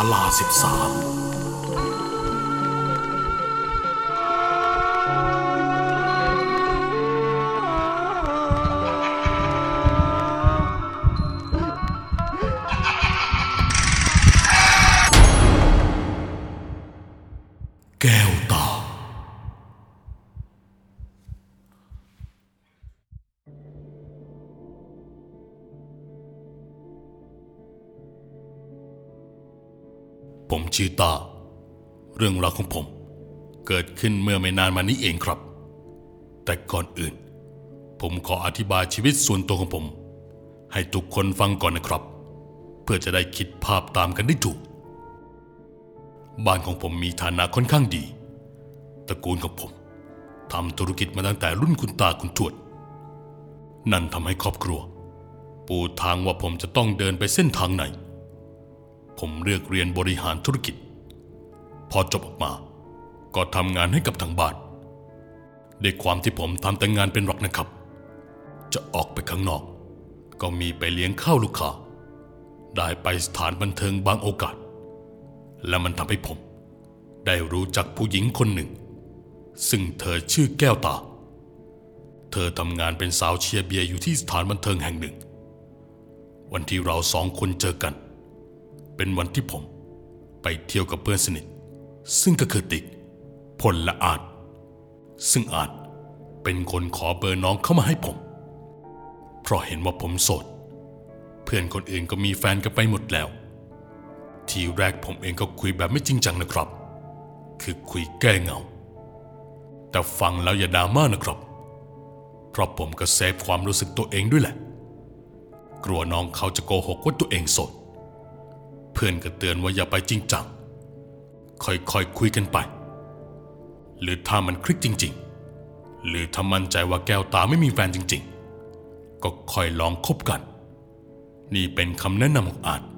ลา13แก้วตาผมชื่อตาเรื่องราวของผมเกิดขึ้นเมื่อไม่นานมานี้เองครับแต่ก่อนอื่นผมขออธิบายชีวิตส่วนตัวของผมให้ทุกคนฟังก่อนนะครับเพื่อจะได้คิดภาพตามกันได้ถูกบ้านของผมมีฐานะค่อนข้างดีตระกูลของผมทำธุรกิจมาตั้งแต่รุ่นคุณตาคุณทวดนั่นทำให้ครอบครัวปูทางว่าผมจะต้องเดินไปเส้นทางไหนผมเลือกเรียนบริหารธุรกิจพอจบออกมาก็ทำงานให้กับทางบ้านด้วยความที่ผมทำแต่งานเป็นหลักนะครับจะออกไปข้างนอกก็มีไปเลี้ยงข้าวลูกค้าได้ไปสถานบันเทิงบางโอกาสและมันทำให้ผมได้รู้จักผู้หญิงคนหนึ่งซึ่งเธอชื่อแก้วตาเธอทำงานเป็นสาวเชียร์เบียร์อยู่ที่สถานบันเทิงแห่งหนึ่งวันที่เราสองคนเจอกันเป็นวันที่ผมไปเที่ยวกับเพื่อนสนิทซึ่งก็คือติ๊กพลและอาจซึ่งอาจเป็นคนขอเบอร์น้องเข้ามาให้ผมเพราะเห็นว่าผมโสดเพื่อนคนอื่นก็มีแฟนกันไปหมดแล้วทีแรกผมเองก็คุยแบบไม่จริงจังนะครับคือคุยแก้เหงาแต่ฟังแล้วอย่าดราม่านะครับเพราะผมก็เซฟความรู้สึกตัวเองด้วยแหละกลัวน้องเขาจะโกหกว่าตัวเองโสดเพื่อนก็เตือนว่าอย่าไปจริงจังค่อยๆคุยกันไปหรือถ้ามันคลิกจริงๆหรือถ้ามั่นใจว่าแก้วตาไม่มีแฟนจริงๆก็ค่อยลองคบกันนี่เป็นคำแนะนำของอาจ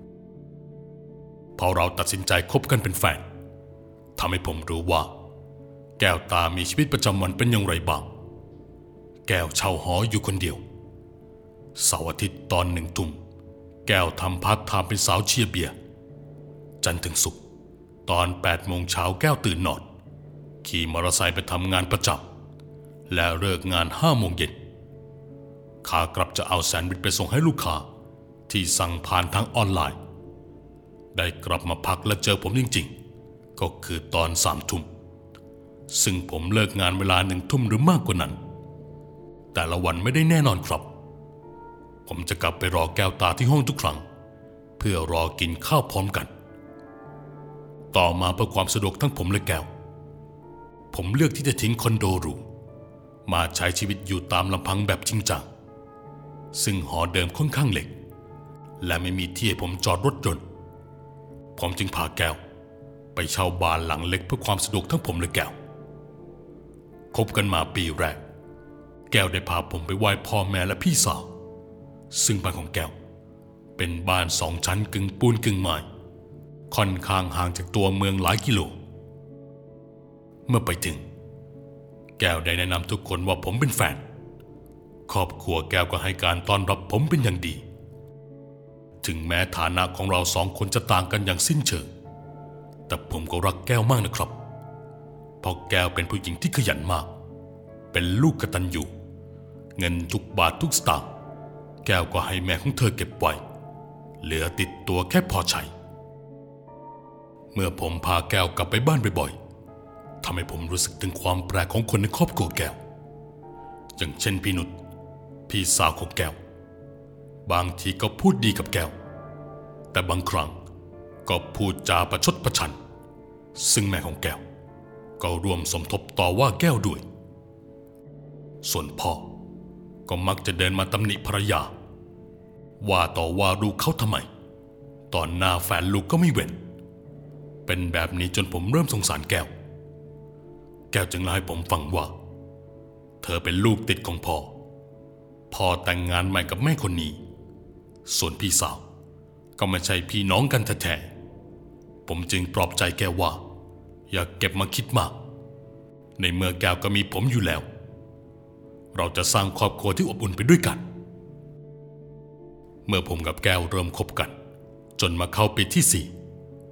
พอเราตัดสินใจคบกันเป็นแฟนทำให้ผมรู้ว่าแก้วตามีชีวิตประจำวันเป็นอย่างไรบ้างแก้วเช่าหออยู่คนเดียวเสาร์อาทิตย์ตอน1 ทุ่มแก้วทำพาร์ทไทม์เป็นสาวเชียร์เบียร์จันทร์ถึงศุกร์ตอน8 โมงเช้าแก้วตื่นนอนขี่มอเตอร์ไซค์ไปทำงานประจำและเลิกงาน5 โมงเย็นขากลับจะเอาแซนด์วิชไปส่งให้ลูกค้าที่สั่งผ่านทางออนไลน์ได้กลับมาพักและเจอผมจริงๆก็คือตอน3 ทุ่มซึ่งผมเลิกงานเวลา1 ทุ่มหรือมากกว่านั้นแต่ละวันไม่ได้แน่นอนครับผมจะกลับไปรอแก้วตาที่ห้องทุกครั้งเพื่อรอกินข้าวพร้อมกันต่อมาเพื่อความสะดวกทั้งผมและแก้วผมเลือกที่จะทิ้งคอนโดหรูมาใช้ชีวิตอยู่ตามลำพังแบบจริงจังซึ่งหอเดิมค่อนข้างเล็กและไม่มีที่ให้ผมจอดรถยนต์ผมจึงพาแก้วไปเช่าบ้านหลังเล็กเพื่อความสะดวกทั้งผมและแก้วคบกันมาปีแรกแก้วได้พาผมไปไหว้พ่อแม่และพี่สาวซึ่งบ้านของแก้วเป็นบ้าน2 ชั้นกึ่งปูนกึ่งไม้ค่อนข้างห่างจากตัวเมืองหลายกิโลเมื่อไปถึงแก้วได้แนะนำทุกคนว่าผมเป็นแฟนครอบครัวแก้วก็ให้การต้อนรับผมเป็นอย่างดีถึงแม้ฐานะของเรา2 คนจะต่างกันอย่างสิ้นเชิงแต่ผมก็รักแก้วมากนะครับเพราะแก้วเป็นผู้หญิงที่ขยันมากเป็นลูกกตัญญูเงินทุกบาททุกสตางค์แก้วก็ให้แม่ของเธอเก็บไว้เหลือติดตัวแค่พอใช้เมื่อผมพาแก้วกลับไปบ้านบ่อยๆทำให้ผมรู้สึกถึงความแปลกของคนในครอบครัวแก้วอย่างเช่นพี่นุชพี่สาวของแก้วบางทีก็พูดดีกับแก้วแต่บางครั้งก็พูดจาประชดประชันซึ่งแม่ของแก้วก็ร่วมสมทบต่อว่าแก้วด้วยส่วนพ่อก็มักจะเดินมาตำหนิภรรยาว่าต่อว่าลูกเขาทำไมตอนหน้าแฟนลูกก็ไม่เว้นเป็นแบบนี้จนผมเริ่มสงสารแก้วจึงเล่าให้ผมฟังว่าเธอเป็นลูกติดของพ่อแต่งงานใหม่กับแม่คนนี้ส่วนพี่สาวก็ไม่ใช่พี่น้องกันแท้ๆผมจึงปลอบใจแก้วว่าอย่าเก็บมาคิดมากในเมื่อแก้วก็มีผมอยู่แล้วเราจะสร้างครอบครัวที่อบอุ่นไปด้วยกันเมื่อผมกับแก้วเริ่มคบกันจนมาเข้าปีที่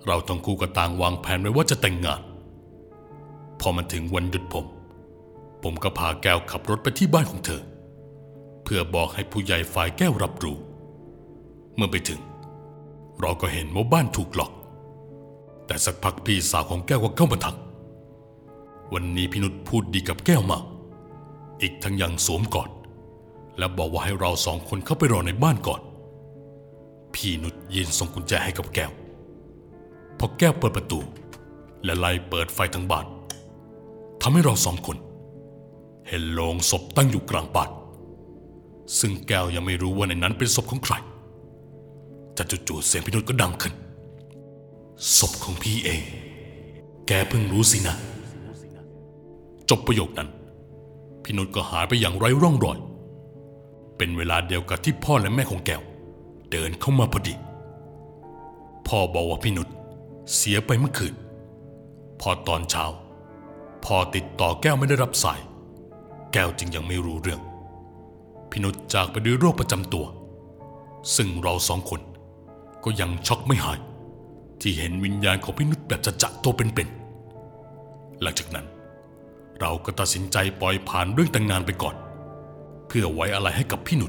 เราทั้งคู่ก็ต่างวางแผนไว้ว่าจะแต่งงานพอมาถึงวันหยุดผมก็พาแก้วขับรถไปที่บ้านของเธอเพื่อบอกให้ผู้ใหญ่ฝ่ายแก้วรับรู้เมื่อไปถึงเราก็เห็นว่าบ้านถูกล็อกแต่สักพักพี่สาวของแก้วก็เข้ามาทักวันนี้พี่นุชพูดดีกับแก้วมากอีกทั้งยังสวมกอดและบอกว่าให้เราสองคนเข้าไปรอในบ้านก่อนพี่นุชยืนส่งกุญแจให้กับแก้วพอแก้วเปิดประตูและไล่เปิดไฟทั้งบ้านทำให้เราสองคนเห็นโลงศพตั้งอยู่กลางบ้านซึ่งแก้วยังไม่รู้ว่าในนั้นเป็นศพของใครแต่จู่ๆเสียงพี่นุชก็ดังขึ้นศพของพี่เองแกเพิ่งรู้สินะจบประโยคนั้นพี่นุชก็หายไปอย่างไร้ร่องรอยเป็นเวลาเดียวกับที่พ่อและแม่ของแก้วเดินเข้ามาพอดีพ่อบอกว่าพี่นุชเสียไปเมื่อคืนพอตอนเช้าพ่อติดต่อแก้วไม่ได้รับสายแก้วจึงยังไม่รู้เรื่องพี่นุชจากไปด้วยโรคประจำตัวซึ่งเราสองคนก็ยังช็อกไม่หายที่เห็นวิญญาณของพี่นุชแบบจะตัวเป็นๆหลังจากนั้นเราก็ตัดสินใจปล่อยผ่านเรื่องแต่งงานไปก่อนเพื่อไว้อะไรให้กับพี่นุช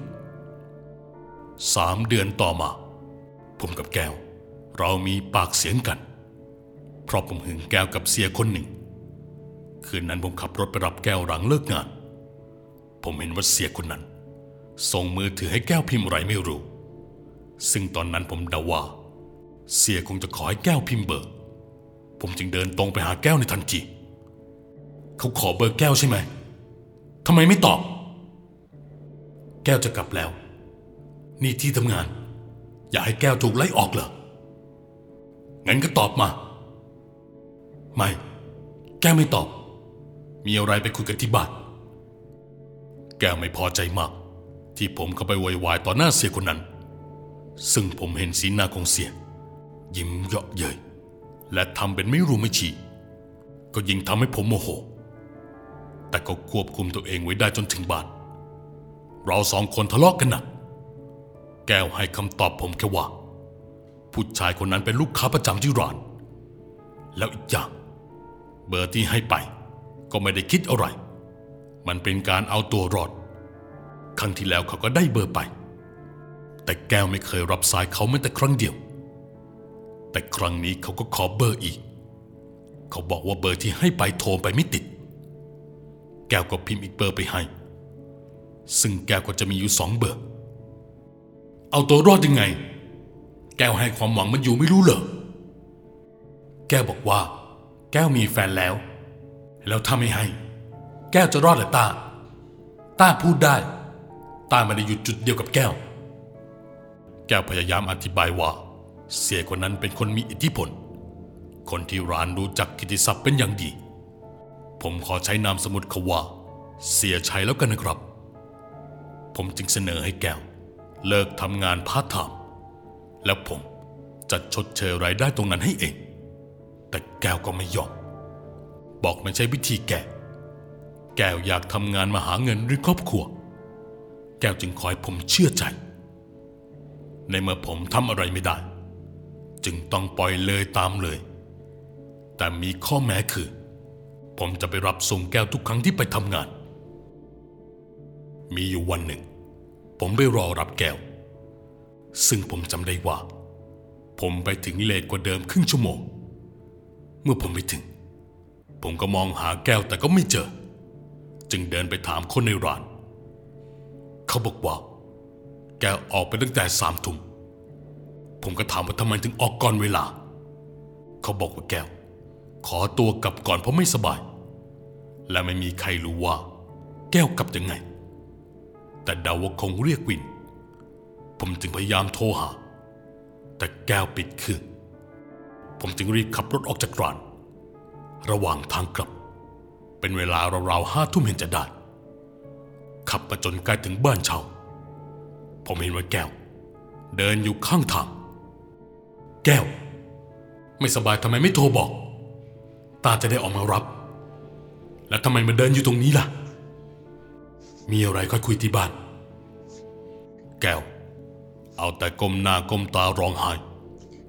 3 เดือนต่อมาผมกับแก้วเรามีปากเสียงกันเพราะผมหึงแก้วกับเสียคนหนึ่งคืนนั้นผมขับรถไปรับแก้วหลังเลิกงานผมเห็นว่าเสียคนนั้นส่งมือถือให้แก้วพิมพ์อะไรไม่รู้ซึ่งตอนนั้นผมเดาว่าเสียคงจะขอให้แก้วพิมพ์เบอร์ผมจึงเดินตรงไปหาแก้วในทันทีเขาขอเบอร์แก้วใช่ไหมทำไมไม่ตอบแก้วจะกลับแล้วนี่ที่ทำงานอยากให้แก้วถูกไล่ออกเหรองั้นก็ตอบมาไม่แก้วไม่ตอบมีอะไรไปคุยกันที่บ้านแก้วไม่พอใจมากที่ผมเข้าไปโวยวายต่อหน้าเสียคนนั้นซึ่งผมเห็นสีหน้าของเสียยิ้มเยาะเย้ยและทำเป็นไม่รู้ไม่ชี้ก็ยิ่งทำให้ผมโมโหแต่ก็ควบคุมตัวเองไว้ได้จนถึงบ้านเราสองคนทะเลาะกันหนักแก้วให้คำตอบผมแค่ว่าผู้ชายคนนั้นเป็นลูกค้าประจำที่ร้านแล้วอีกอย่างเบอร์ที่ให้ไปก็ไม่ได้คิดอะไรมันเป็นการเอาตัวรอดครั้งที่แล้วเขาก็ได้เบอร์ไปแต่แก้วไม่เคยรับสายเขาแม้แต่ครั้งเดียวแต่ครั้งนี้เขาก็ขอเบอร์อีกเขาบอกว่าเบอร์ที่ให้ไปโทรไปไม่ติดแก้วก็พิมพ์อีกเบอร์ไปให้ซึ่งแก้วก็จะมีอยู่2 เบอร์เอาตัวรอดยังไงแก้วให้ความหวังมันอยู่ไม่รู้เหรอแก้วบอกว่าแก้วมีแฟนแล้วถ้าไม่ให้แก้วจะรอดเหรอต้าพูดได้ต้าไม่ได้อยู่จุดเดียวกับแก้วพยายามอธิบายว่าเสียคนนั้นเป็นคนมีอิทธิพลคนที่ร้านรู้จักกิตติศัพท์เป็นอย่างดีผมขอใช้นามสมมุติเขาว่าเสียชัยแล้วกันนะครับผมจึงเสนอให้แก้วเลิกทำงานพาร์ทไทม์แล้วผมจะชดเชยรายได้ตรงนั้นให้เองแต่แก้วก็ไม่ยอมบอกไม่ใช่วิธีแก้วอยากทำงานมาหาเงินหรือครอบครัวแก้วจึงขอให้ผมเชื่อใจในเมื่อผมทำอะไรไม่ได้จึงต้องปล่อยเลยตามเลยแต่มีข้อแม้คือผมจะไปรับส่งแก้วทุกครั้งที่ไปทำงานมีอยู่วันหนึ่งผมไปรอรับแก้วซึ่งผมจำได้ว่าผมไปถึงเลทกว่าเดิมครึ่งชั่วโมงเมื่อผมไปถึงผมก็มองหาแก้วแต่ก็ไม่เจอจึงเดินไปถามคนในร้านเขาบอกว่าแก้วออกไปตั้งแต่3 ทุ่มผมก็ถามว่าทำไมถึงออกก่อนเวลาเขาบอกว่าแก้วขอตัวกลับก่อนเพราะไม่สบายและไม่มีใครรู้ว่าแก้วกลับยังไงแต่เดาว่าคงเรียกวินผมจึงพยายามโทรหาแต่แก้วปิดเครื่องผมจึงรีบขับรถออกจากร้านระหว่างทางกลับเป็นเวลาราวๆ5 ทุ่มเห็นจะได้ขับมาจนใกล้ถึงบ้านเช่าผมเห็นว่าแก้วเดินอยู่ข้างทางแก้วไม่สบายทำไมไม่โทรบอกตาจะได้ออกมารับแล้วทำไมมาเดินอยู่ตรงนี้ล่ะมีอะไรค่อยคุยที่บ้านแก้วเอาแต่ก้มหน้าก้มตาร้องไห้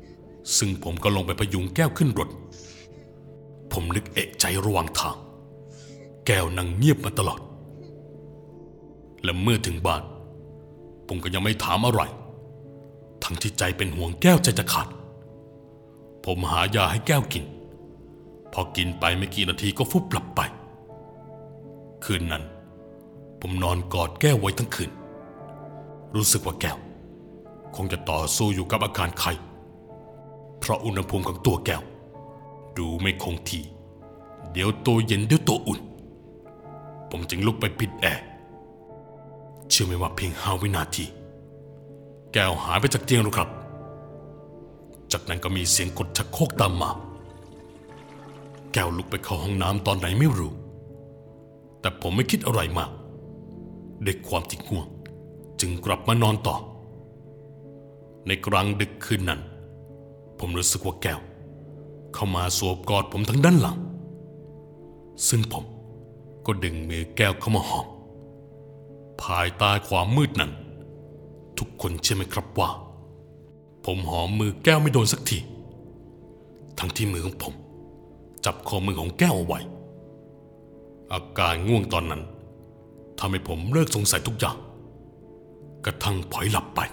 ซึ่งผมก็ลงไปพยุงแก้วขึ้นรถผมนึกเอะใจระหว่างทางแก้วนั่งเงียบมาตลอดและเมื่อถึงบ้านผมก็ยังไม่ถามอะไรทั้งที่ใจเป็นห่วงแก้วใจจะขาดผมหายาให้แก้วกินพอกินไปไม่กี่นาทีก็ฟุบหลับไปคืนนั้นผมนอนกอดแก้วไว้ทั้งคืนรู้สึกว่าแก้วคงจะต่อสู้อยู่กับอาการไข้เพราะอุณหภูมิของตัวแก้วดูไม่คงที่เดี๋ยวตัวเย็นเดี๋ยวตัวอุ่นผมจึงลุกไปปิดแอร์เชื่อไหมว่าเพียง5 วินาทีแก้วหายไปจากเตียงแล้วครับจากนั้นก็มีเสียงกดชักโครกตามมาแก้วลุกไปเข้าห้องน้ำตอนไหนไม่รู้แต่ผมไม่คิดอะไรมากด้วยความที่ง่วงจึงกลับมานอนต่อในกลางดึกคืนนั้นผมรู้สึกว่าแก้วเข้ามาสวมกอดผมทั้งด้านหลังซึ่งผมก็ดึงมือแก้วเข้ามาหอมภายใต้ความมืดนั้นทุกคนเชื่อไหมครับว่าผมหอมมือแก้วไม่โดนสักทีทั้งที่มือของผมจับคอมือของแก้วเอาไว้อาการง่วงตอนนั้นทำให้ผมเลิกสงสัยทุกอย่างกระทั่งพลอยหลับไป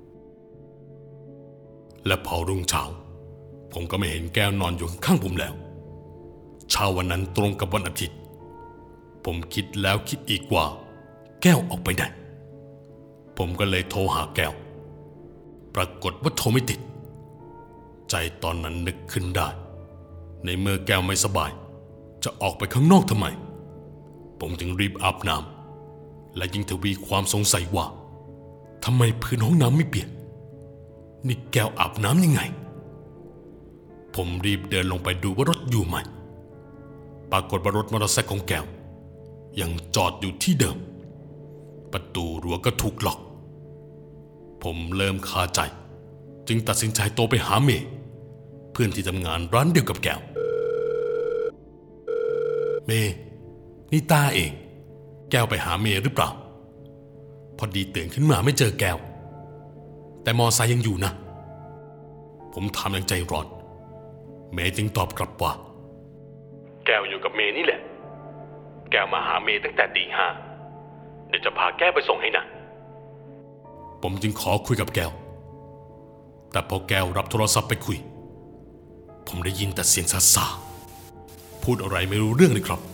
และพอรุ่งเช้าผมก็ไม่เห็นแก้วนอนอยู่ข้างๆผมแล้วเช้าวันนั้นตรงกับวันอาทิตย์ผมคิดแล้วคิดอีกว่าแก้วออกไปไหนผมก็เลยโทรหาแก้วปรากฏว่าโทรไม่ติดใจตอนนั้นนึกขึ้นได้ในเมื่อแก้วไม่สบายจะออกไปข้างนอกทำไมผมจึงรีบอาบน้ำและยิ่งทวีความสงสัยว่าทำไมพื้นห้องน้ำไม่เปลี่ยนนี่แก้วอาบน้ำยังไงผมรีบเดินลงไปดูว่ารถอยู่ไหมปรากฏว่ารถมอเตอร์ไซค์ของแก้วยังจอดอยู่ที่เดิมประตูรั้วก็ถูกล็อกผมเริ่มคาใจจึงตัดสินใจโทรไปหาเมย์เพื่อนที่ทำงานร้านเดียวกับแก้วเมย์นี่ตาเองแก้วไปหาเมย์หรือเปล่าพอดีตื่นขึ้นมาไม่เจอแก้วแต่มอไซค์ยังอยู่นะผมถามอย่างใจร้อนเมย์จึงตอบกลับว่าแก้วอยู่กับเมย์นี่แหละแก้วมาหาเมย์ตั้งแต่ตี 5เดี๋ยวจะพาแก้วไปส่งให้นะผมจึงขอคุยกับแก้วแต่พอแก้วรับโทรศัพท์ไปคุยผมได้ยินแต่เสียงซ่าๆพูดอะไรไม่รู้เรื่องเลยครับ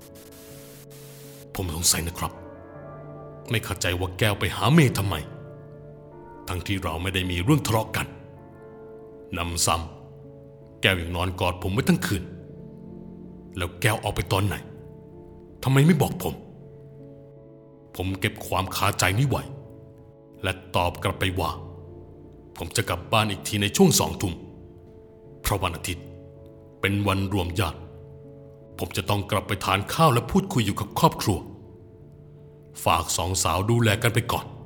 ผมสงสัยนะครับไม่เข้าใจว่าแก้วไปหาเมย์ทำไมทั้งที่เราไม่ได้มีเรื่องทะเลาะกันนำซ้ำแก้วยังนอนกอดผมไว้ทั้งคืนแล้วแก้วออกไปตอนไหนทำไมไม่บอกผมเก็บความคาใจนี้ไว้และตอบกลับไปว่าผมจะกลับบ้านอีกทีในช่วง2 ทุ่มเพราะวันอาทิตย์เป็นวันรวมญาติผมจะต้องกลับไปทานข้าวและพูดคุยอยู่กับครอบครัวฝาก2 สาวดูแลกันไปก่อน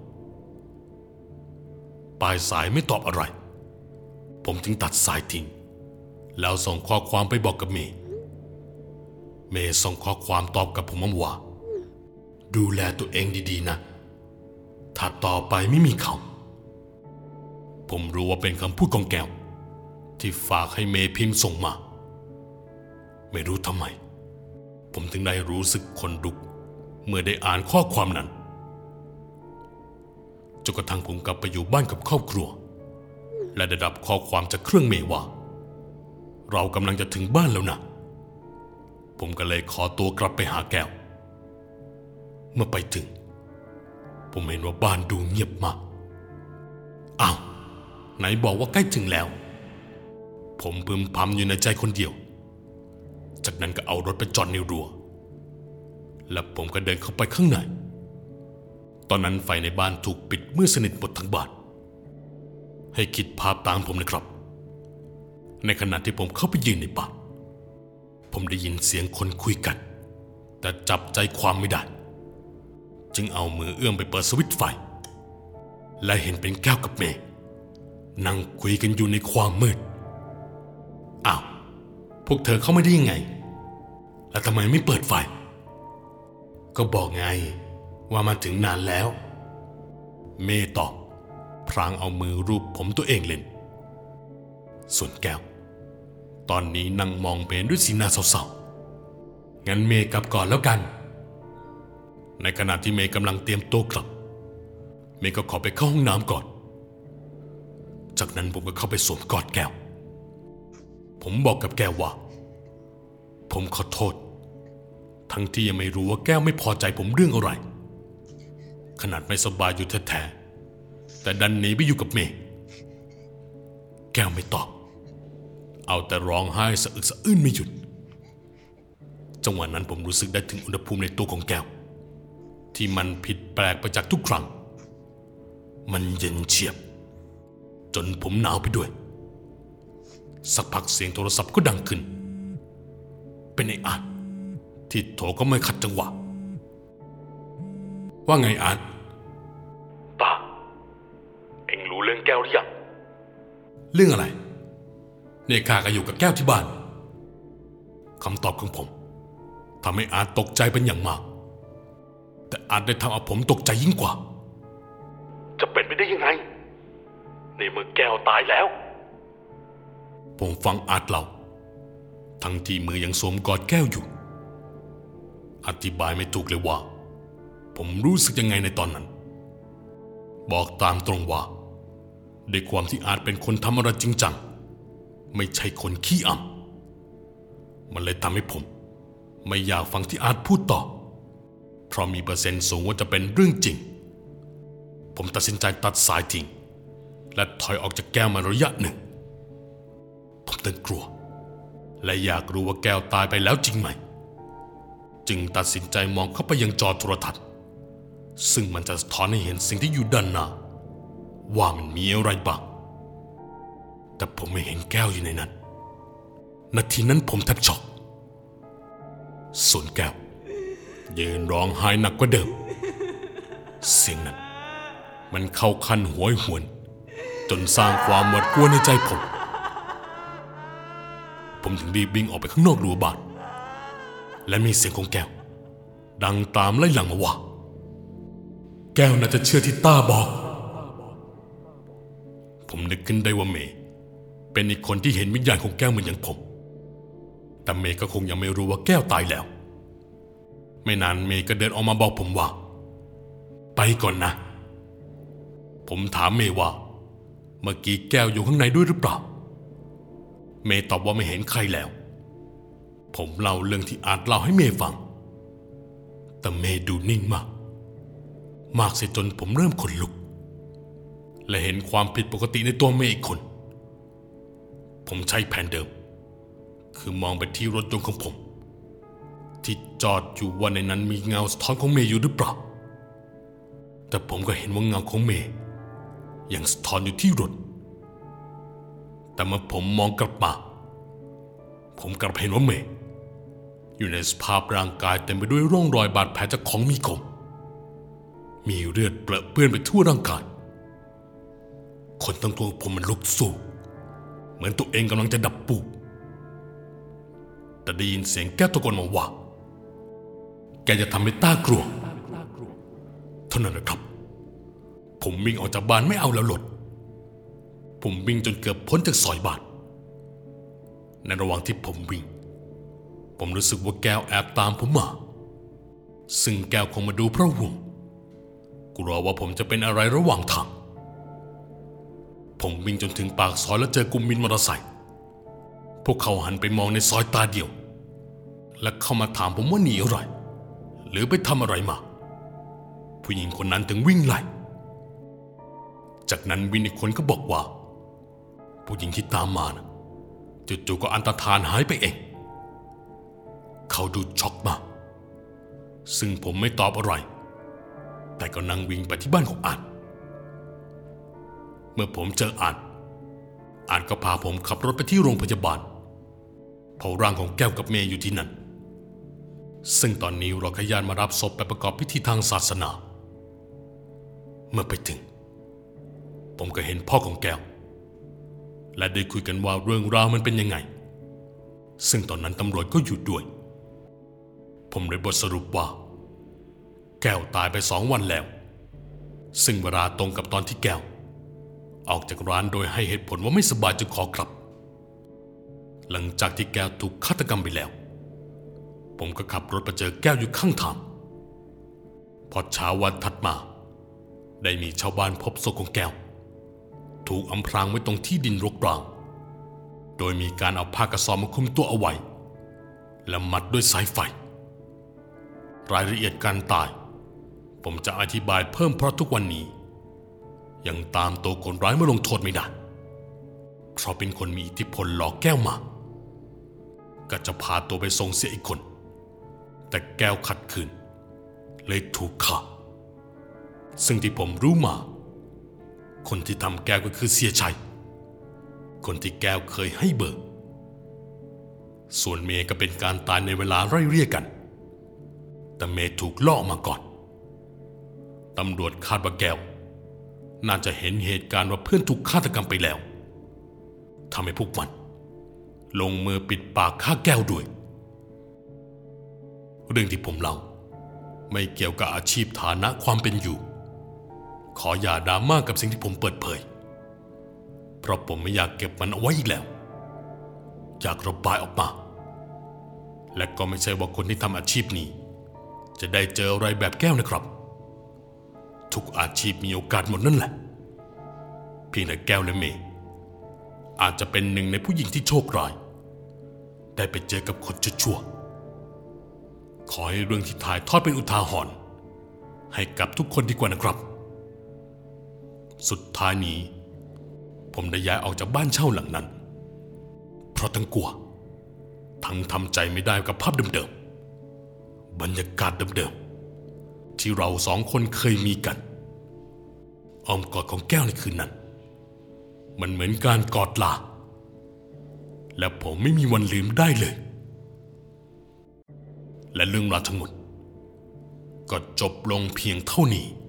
ปลายสายไม่ตอบอะไรผมจึงตัดสายทิ้งแล้วส่งข้อความไปบอกกับเมย์ส่งข้อความตอบกับผมว่าดูแลตัวเองดีๆนะถ้าต่อไปไม่มีเขาผมรู้ว่าเป็นคำพูดของแก้วที่ฝากให้เมย์พิมพ์ส่งมาไม่รู้ทำไมผมถึงได้รู้สึกขนลุกเมื่อได้อ่านข้อความนั้นจนกระทั่งผมกลับไปอยู่บ้านกับครอบครัวและได้รับข้อความจากเครื่องเมย์ว่าเรากำลังจะถึงบ้านแล้วนะผมก็เลยขอตัวกลับไปหาแก้วเมื่อไปถึงผมเห็นว่าบ้านดูเงียบมากอ้าวไหนบอกว่าใกล้ถึงแล้วผมพึมพำอยู่ในใจคนเดียวจากนั้นก็เอารถไปจอดในรั้วและผมก็เดินเข้าไปข้างในตอนนั้นไฟในบ้านถูกปิดมืดสนิทหมดทั้งบ้านให้คิดภาพตามผมนะครับในขณะที่ผมเข้าไปยืนในบ้านผมได้ยินเสียงคนคุยกันแต่จับใจความไม่ได้จึงเอามือเอื้อมไปเปิดสวิตช์ไฟและเห็นเป็นแก้วกับเมย์นั่งคุยกันอยู่ในความมืดอ้าวพวกเธอเข้ามาได้ยังไงแล้วทำไมไม่เปิดไฟก็บอกไงว่ามาถึงนานแล้วเมย์ตอบพลางเอามือรูปผมตัวเองเล่นส่วนแก้วตอนนี้นั่งมองเมย์ด้วยสีหน้าเศร้าๆงั้นเมย์กลับก่อนแล้วกันในขณะที่เมย์กำลังเตรียมตัวกลับเมย์ก็ขอไปเข้าห้องน้ำก่อนจากนั้นผมก็เข้าไปสวมกอดแก้วผมบอกกับแก้วว่าผมขอโทษทั้งที่ยังไม่รู้ว่าแก้วไม่พอใจผมเรื่องอะไรขนาดไม่สบายอยู่แท้ๆแต่ดันหนีไปอยู่กับเมย์แก้วไม่ตอบเอาแต่ร้องไห้สะอึกสะอื้นไม่หยุดจังหวะนั้นผมรู้สึกได้ถึงอุณหภูมิในตัวของแก้วที่มันผิดแปลกไปจากทุกครั้งมันเย็นเฉียบจนผมหนาวไปด้วยสักพักเสียงโทรศัพท์ก็ดังขึ้นเป็นไอ้อาร์ตที่โทรก็ไม่ขัดจังหวะว่าไงอาร์ตตาเอ็งรู้เรื่องแก้วหรือยังเรื่องอะไรเนี่ยข้าก็อยู่กับแก้วที่บ้านคำตอบของผมทำให้อาร์ตตกใจเป็นอย่างมากแต่อาร์ตได้ทำเอาผมตกใจยิ่งกว่าจะเป็นไปได้ยังไงในเมื่อแก้วตายแล้วผมฟังอาร์ตเล่าทั้งที่มือยังสวมกอดแก้วอยู่อธิบายไม่ถูกเลยว่าผมรู้สึกยังไงในตอนนั้นบอกตามตรงว่าด้วยความที่อาร์ตเป็นคนทำอะไรจริงจังไม่ใช่คนขี้อำมันเลยทำให้ผมไม่อยากฟังที่อาร์ตพูดต่อเพราะมีเปอร์เซ็นต์สูงว่าจะเป็นเรื่องจริงผมตัดสินใจตัดสายทิ้งและถอยออกจากแก้วมาระยะหนึ่งผมตึงกลัวและอยากรู้ว่าแก้วตายไปแล้วจริงไหมจึงตัดสินใจมองเข้าไปยังจอโทรทัศน์ซึ่งมันจะสะท้อนให้เห็นสิ่งที่อยู่ด้านหน้าว่ามันมีอะไรบ้างแต่ผมไม่เห็นแก้วอยู่ในนั้นนาทีนั้นผมแทบช็อกส่วนแก้วยืนร้องไห้หนักกว่าเดิมเสียงนั้นมันเข้าขั้นโหยหวนจนสร้างความหวาดกลัวในใจผมถึงรีบวิ่งออกไปข้างนอกรั้วบ้านและมีเสียงของแก้วดังตามไล่หลังมาว่าแก้วน่าจะเชื่อที่ต้าบอกผมนึกขึ้นได้ว่าเมย์เป็นอีกคนที่เห็นวิญญาณของแก้วเหมือนอย่างผมแต่เมย์ก็คงยังไม่รู้ว่าแก้วตายแล้วไม่นานเมย์ก็เดินออกมาบอกผมว่าไปก่อนนะผมถามเมย์ว่าเมื่อกี้แก้วอยู่ข้างในด้วยหรือเปล่าเมย์ตอบว่าไม่เห็นใครแล้วผมเล่าเรื่องที่อาร์ตเล่าให้เมย์ฟังแต่เมย์ดูนิ่งมากเสียจนผมเริ่มขนลุกและเห็นความผิดปกติในตัวเมย์อีกคนผมใช้แผนเดิมคือมองไปที่รถยนต์ของผมที่จอดอยู่ว่าในนั้นมีเงาสะท้อนของเมย์อยู่หรือเปล่าแต่ผมก็เห็นว่าเงาของเมย์ยังสะท้อนอยู่ที่รถแต่เมื่อผมมองกลับมาผมกลับเห็นว่าเมย์อยู่ในสภาพร่างกายเต็มไปด้วยร่องรอยบาดแผลจากของมีคมมีเลือดเปรอะเปื้อนไปทั่วร่างกายคนทั้งตัวผมมันลุกสู้เหมือนตัวเองกำลังจะดับปูแต่ได้ยินเสียงแก้วตะโกนมาว่าแกจะทำให้ต้ากลัวเท่านั้นนะครับผมวิ่งออกจากบ้านไม่เอาแล้วหลดผมวิ่งจนเกือบพ้นจากซอยบ้านในระหว่างที่ผมวิ่งผมรู้สึกว่าแก้วแอบตามผมมาซึ่งแก้วคงมาดูเพราะห่วงกลัวว่าผมจะเป็นอะไรระหว่างทางผมวิ่งจนถึงปากซอยแล้วเจอกลุ่มวินมอเตอร์ไซค์พวกเขาหันไปมองในซอยตาเดียวและเข้ามาถามผมว่าหนีอะไรหรือไปทำอะไรมาผู้หญิงคนนั้นถึงวิ่งไล่จากนั้นวินอีกคนก็บอกว่าผู้หญิงที่ตามมานะจู่ๆก็อันตรธานหายไปเองเขาดูช็อกมากซึ่งผมไม่ตอบอะไรแต่ก็นั่งวิ่งไปที่บ้านของอาร์ตเมื่อผมเจออาร์ตก็พาผมขับรถไปที่โรงพยาบาลเพราะร่างของแก้วกับเมย์อยู่ที่นั่นซึ่งตอนนี้เราขยานมารับศพไปประกอบพิธีทางศาสนาเมื่อไปถึงผมก็เห็นพ่อของแก้วและได้คุยกันว่าเรื่องราวมันเป็นยังไงซึ่งตอนนั้นตำรวจก็อยู่ด้วยผมเลยบทสรุปว่าแก้วตายไป2 วันแล้วซึ่งเวลาตรงกับตอนที่แก้วออกจากร้านโดยให้เหตุผลว่าไม่สบายจึงขอกลับหลังจากที่แก้วถูกฆาตกรรมไปแล้วผมก็ขับรถไปเจอแก้วอยู่ข้างทางพอเช้าวันถัดมาได้มีชาวบ้านพบศพของแก้วถูกอำพรางไว้ตรงที่ดินรกร้างโดยมีการเอาผ้ากระสอบมาคลุมตัวเอาไว้และมัดด้วยสายไฟรายละเอียดการตายผมจะอธิบายเพิ่มเพราะทุกวันนี้ยังตามตัวคนร้ายมาลงโทษไม่ได้เพราะเป็นคนมีอิทธิพลหลอกแก้วมาก็จะพาตัวไปส่งเสียอีกคนแต่แก้วขัดขืนเลยถูกฆ่าซึ่งที่ผมรู้มาคนที่ทำแก้วก็คือเสียชัยคนที่แก้วเคยให้เบอร์ส่วนเมย์ก็เป็นการตายในเวลาไล่เรียกกันแต่เมย์ถูกล่อมาก่อนตำรวจคาดว่าแก้วน่าจะเห็นเหตุการณ์ว่าเพื่อนถูกฆาตกรรมไปแล้วทำให้พวกมันลงมือปิดปากฆ่าแก้วด้วยเรื่องที่ผมเล่าไม่เกี่ยวกับอาชีพฐานะความเป็นอยู่ขออย่าดราม่ากับสิ่งที่ผมเปิดเผยเพราะผมไม่อยากเก็บมันเอาไว้อีกแล้วอยากระบายออกมาและก็ไม่ใช่ว่าคนที่ทำอาชีพนี้จะได้เจออะไรแบบแก้วนะครับทุกอาชีพมีโอกาสหมดนั่นแหละเพียงแต่แก้วและเมย์อาจจะเป็นหนึ่งในผู้หญิงที่โชคร้ายได้ไปเจอกับคนชั่วๆขอให้เรื่องที่ถ่ายทอดเป็นอุทาหรณ์ให้กับทุกคนดีกว่านะครับสุดท้ายนี้ผมได้ย้ายออกจากบ้านเช่าหลังนั้นเพราะทั้งกลัวทั้งทำใจไม่ได้กับภาพเดิมๆบรรยากาศเดิมๆที่เราสองคนเคยมีกันอ้อมกอดของแก้วในคืนนั้นมันเหมือนการกอดลาและผมไม่มีวันลืมได้เลยและเรื่องราวทั้งหมดก็จบลงเพียงเท่านี้